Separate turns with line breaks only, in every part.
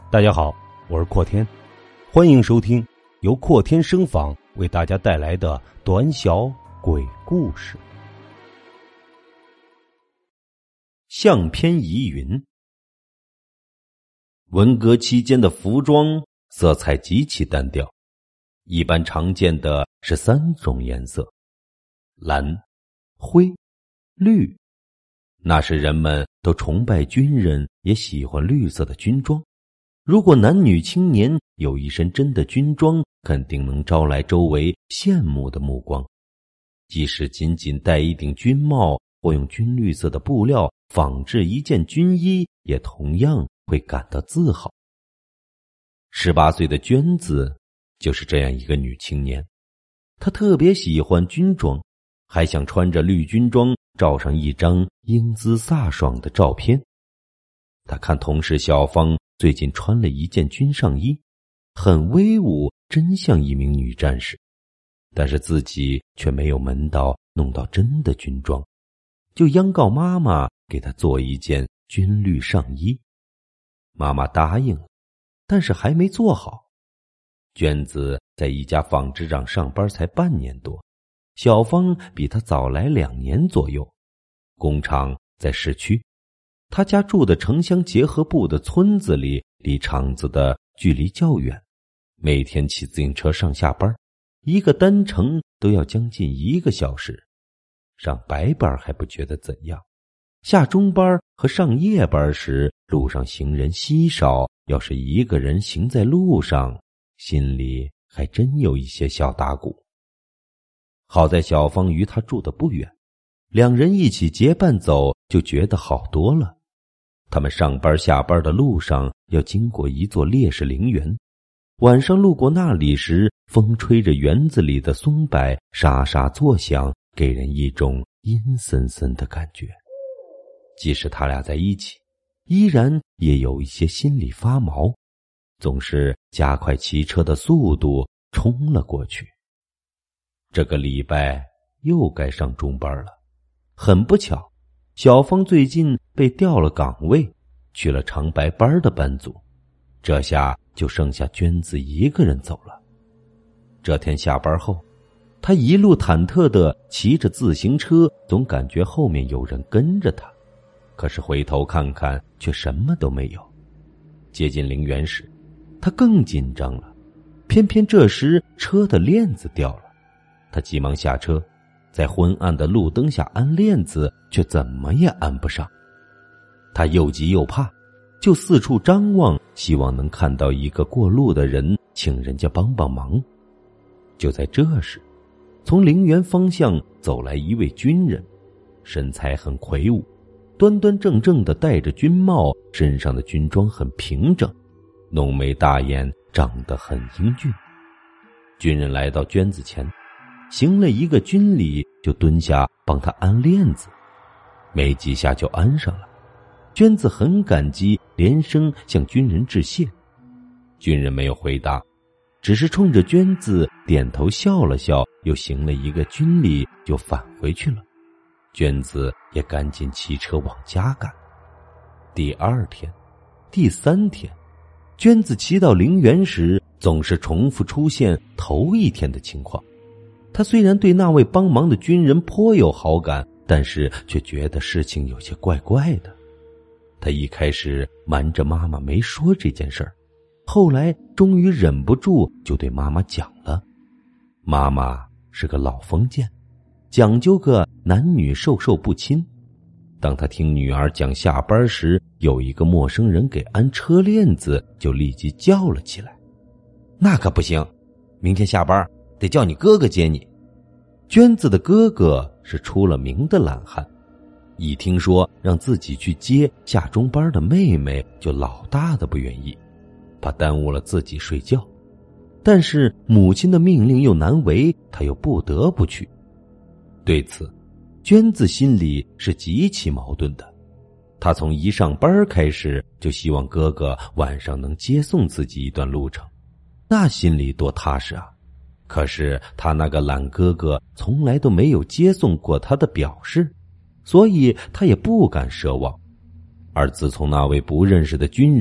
大家好，我是阔天，欢迎收听由阔天声坊为大家带来的短小鬼故事。相片疑云。文革期间的服装色彩极其单调，一般常见的是3种颜色：蓝、灰、绿。那时人们都崇拜军人，也喜欢绿色的军装。如果男女青年有一身真的军装，肯定能招来周围羡慕的目光。即使仅仅戴一顶军帽，或用军绿色的布料仿制一件军衣，也同样会感到自豪。18岁的娟子就是这样一个女青年，她特别喜欢军装，还想穿着绿军装照上一张英姿飒爽的照片。她看同事小芳最近穿了一件军上衣，很威武，真像一名女战士，但是自己却没有门道弄到真的军装，就央告妈妈给她做一件军绿上衣。妈妈答应了，但是还没做好。娟子在一家纺织厂上班才半年多，小芳比她早来2年左右。工厂在市区，她家住的城乡结合部的村子里，离厂子的距离较远，每天骑自行车上下班，一个单程都要将近1个小时。上白班还不觉得怎样，下中班和上夜班时，路上行人稀少，要是一个人行在路上，心里还真有一些小打鼓。好在小芳与他住得不远，2人一起结伴走，就觉得好多了。他们上班下班的路上要经过一座烈士陵园，晚上路过那里时，风吹着园子里的松柏沙沙作响，给人一种阴森森的感觉。即使他俩在一起，依然也有一些心里发毛，总是加快骑车的速度冲了过去。这个礼拜又该上中班了，很不巧，小芳最近被调了岗位，去了长白班的班组，这下就剩下娟子一个人走了。这天下班后，她一路忐忑地骑着自行车，总感觉后面有人跟着她，可是回头看看却什么都没有。接近陵园时，她更紧张了，偏偏这时车的链子掉了，她急忙下车，在昏暗的路灯下安链子，却怎么也安不上。她又急又怕，就四处张望，希望能看到一个过路的人，请人家帮帮忙。就在这时，从陵园方向走来一位军人，身材很魁梧，端端正正地戴着军帽，身上的军装很平整，浓眉大眼，长得很英俊。军人来到娟子前，行了一个军礼，就蹲下帮他安链子，没几下就安上了。娟子很感激，连声向军人致谢。军人没有回答，只是冲着娟子点头笑了笑，又行了一个军礼，就返回去了。娟子也赶紧骑车往家赶。第2天、第3天，娟子骑到陵园时，总是重复出现头一天的情况。她虽然对那位帮忙的军人颇有好感，但是却觉得事情有些怪怪的。她一开始瞒着妈妈没说这件事儿，后来终于忍不住就对妈妈讲了。妈妈是个老封建，讲究个男女授受不亲。当她听女儿讲下班时有一个陌生人给安车链子，就立即叫了起来：那可不行，明天下班得叫你哥哥接你。娟子的哥哥是出了名的懒汉，一听说让自己去接下中班的妹妹，就老大的不愿意，怕耽误了自己睡觉。但是母亲的命令又难违，他又不得不去。对此，娟子心里是极其矛盾的。她从一上班开始就希望哥哥晚上能接送自己一段路程，那心里多踏实啊。可是他那个懒哥哥从来都没有接送过他的表示，所以他也不敢奢望。而自从那位不认识的军人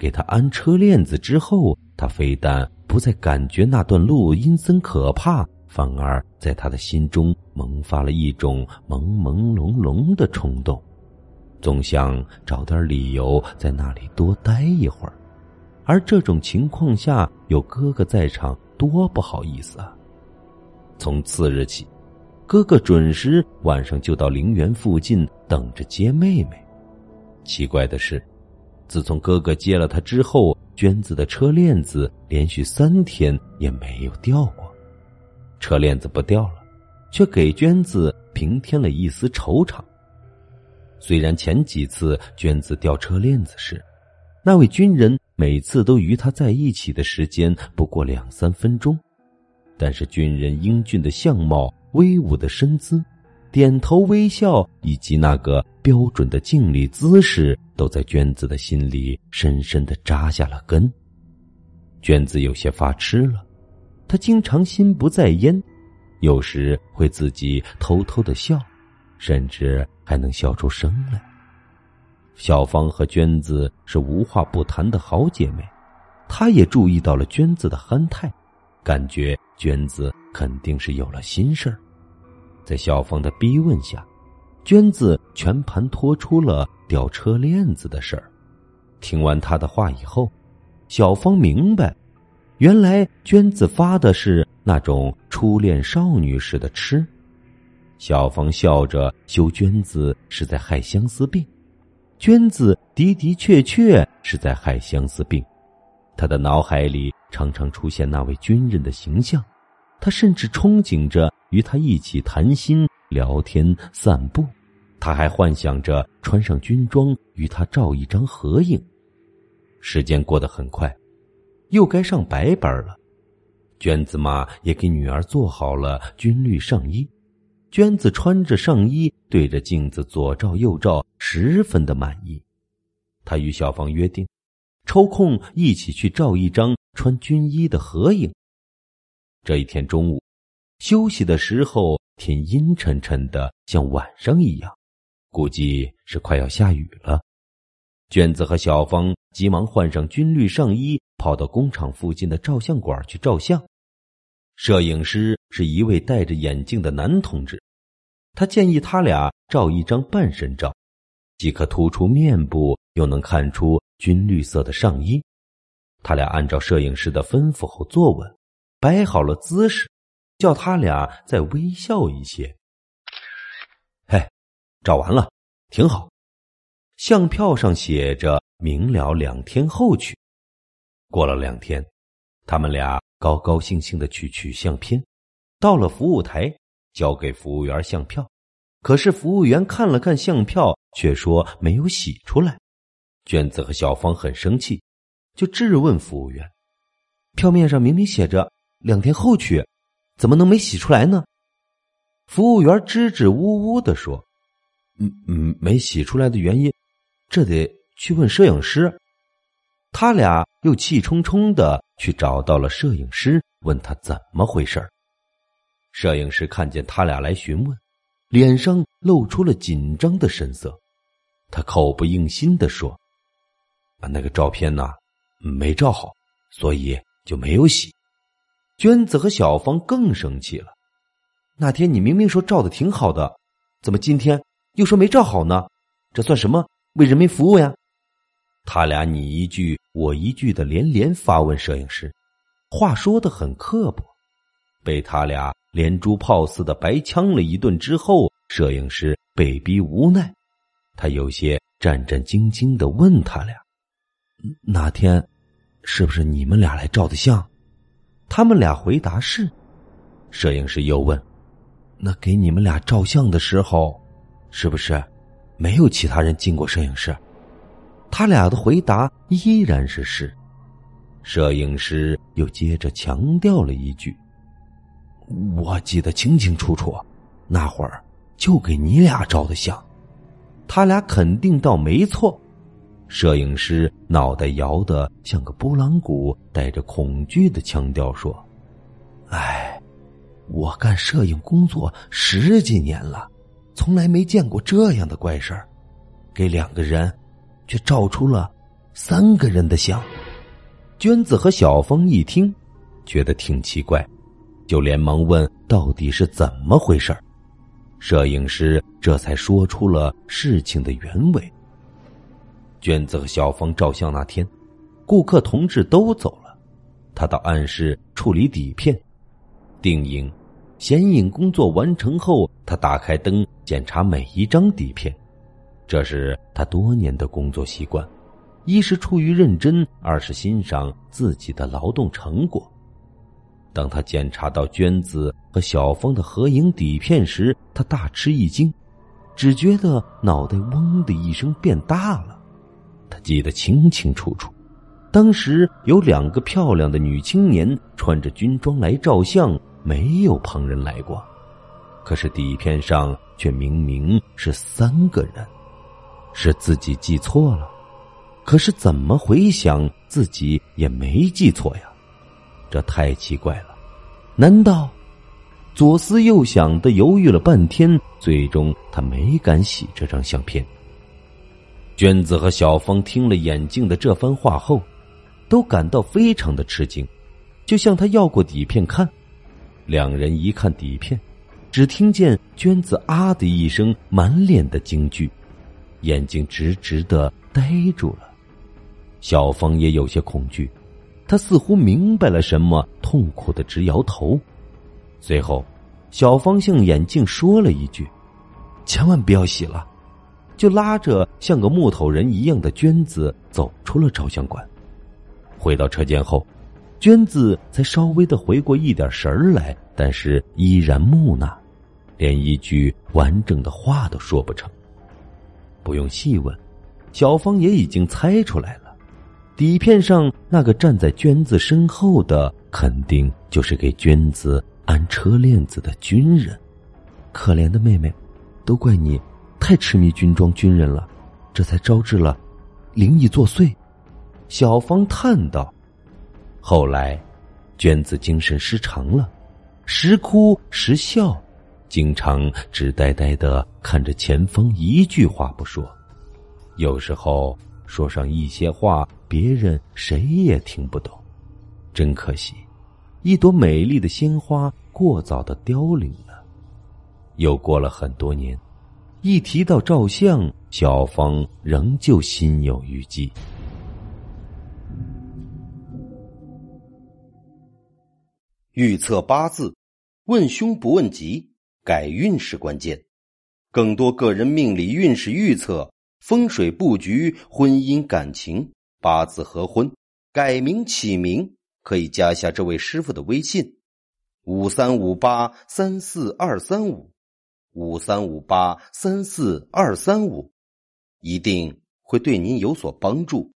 给他安车链子之后，他非但不再感觉那段路阴森可怕，反而在他的心中萌发了一种朦朦胧胧的冲动，总想找点理由在那里多待一会儿。而这种情况下有哥哥在场，多不好意思啊。从次日起，哥哥准时晚上就到陵园附近等着接妹妹。奇怪的是，自从哥哥接了她之后，娟子的车链子连续3天也没有掉过。车链子不掉了，却给娟子平添了一丝惆怅。虽然前几次娟子掉车链子时，那位军人每次都与她在一起的时间不过2-3分钟，但是军人英俊的相貌、威武的身姿、点头微笑以及那个标准的敬礼姿势，都在娟子的心里深深地扎下了根。娟子有些发痴了，她经常心不在焉，有时会自己偷偷地笑，甚至还能笑出声来。小芳和娟子是无话不谈的好姐妹，她也注意到了娟子的憨态，感觉娟子肯定是有了心事儿。在小芳的逼问下，娟子全盘托出了掉车链子的事儿。听完她的话以后，小芳明白，原来娟子发的是那种初恋少女时的痴。小芳笑着羞娟子是在害相思病，娟子的的确确是在害相思病。她的脑海里常常出现那位军人的形象，她甚至憧憬着与他一起谈心、聊天、散步。她还幻想着穿上军装与他照一张合影。时间过得很快，又该上白班了。娟子妈也给女儿做好了军绿上衣，娟子穿着上衣对着镜子左照右照，十分的满意。她与小芳约定，抽空一起去照一张穿军衣的合影。这一天中午休息的时候，天阴沉沉的像晚上一样，估计是快要下雨了。娟子和小芳急忙换上军绿上衣，跑到工厂附近的照相馆去照相。摄影师是一位戴着眼镜的男同志，他建议他俩照一张半身照，既可突出面部，又能看出军绿色的上衣。他俩按照摄影师的吩咐后坐稳，摆好了姿势，叫他俩再微笑一些。嘿，照完了，挺好。相票上写着明了2天后去。过了2天，他们俩高高兴兴地去取相片，到了服务台，交给服务员相票。可是服务员看了看相票，却说没有洗出来。娟子和小芳很生气，就质问服务员，票面上明明写着2天后取，怎么能没洗出来呢？服务员支支吾吾地说，没洗出来的原因，这得去问摄影师。他俩又气冲冲地去找到了摄影师，问他怎么回事。摄影师看见他俩来询问，脸上露出了紧张的神色。他口不应心地说，那个照片呢，没照好，所以就没有洗。娟子和小芳更生气了，那天你明明说照得挺好的，怎么今天又说没照好呢？这算什么为人民服务呀？他俩你一句我一句的连连发问摄影师，话说得很刻薄。被他俩连珠炮似的白呛了一顿之后，摄影师被逼无奈，他有些战战兢兢地问他俩，那天是不是你们俩来照的相？他们俩回答是。摄影师又问，那给你们俩照相的时候，是不是没有其他人进过摄影室？他俩的回答依然是是。摄影师又接着强调了一句，我记得清清楚楚，那会儿就给你俩照的相。他俩肯定倒没错。摄影师脑袋摇得像个拨浪鼓，带着恐惧的腔调说，我干摄影工作10几年了，从来没见过这样的怪事儿，给2个人却照出了 3个人的像。娟子和小芳一听，觉得挺奇怪，就连忙问到底是怎么回事。摄影师这才说出了事情的原委。娟子和小芳照相那天，顾客同志都走了，他到暗室处理底片、定影、显影工作完成后，他打开灯检查每一张底片，这是他多年的工作习惯，一是出于认真，二是欣赏自己的劳动成果。当他检查到娟子和小芳的合影底片时，他大吃一惊，只觉得脑袋嗡的一声变大了。他记得清清楚楚，当时有2个漂亮的女青年穿着军装来照相，没有旁人来过。可是底片上却明明是3个人，是自己记错了？可是怎么回想自己也没记错呀，这太奇怪了。难道？左思右想地犹豫了半天，最终他没敢洗这张相片。娟子和小芳听了眼镜的这番话后，都感到非常的吃惊，就向他要过底片看。2人一看底片，只听见娟子啊的一声，满脸的惊惧，眼睛直直地呆住了。小芳也有些恐惧，她似乎明白了什么，痛苦地直摇头。随后小芳向眼镜说了一句：千万不要洗了，就拉着像个木头人一样的娟子走出了照相馆。回到车间后，娟子才稍微的回过一点神儿来，但是依然木讷，连一句完整的话都说不成。不用细问，小芳也已经猜出来了，底片上那个站在娟子身后的，肯定就是给娟子安车链子的军人。可怜的妹妹，都怪你太痴迷军装军人了，这才招致了灵异作祟。小芳叹道。后来娟子精神失常了，时哭时笑，经常只呆呆地看着前方，一句话不说。有时候说上一些话，别人谁也听不懂。真可惜，一朵美丽的鲜花过早地凋零了。又过了很多年，一提到照相，小芳仍旧心有余悸。
预测八字，问凶不问吉，改运是关键。更多个人命理运势预测、风水布局、婚姻感情、八字合婚、改名起名，可以加下这位师傅的微信：5358342235，5358342235，一定会对您有所帮助。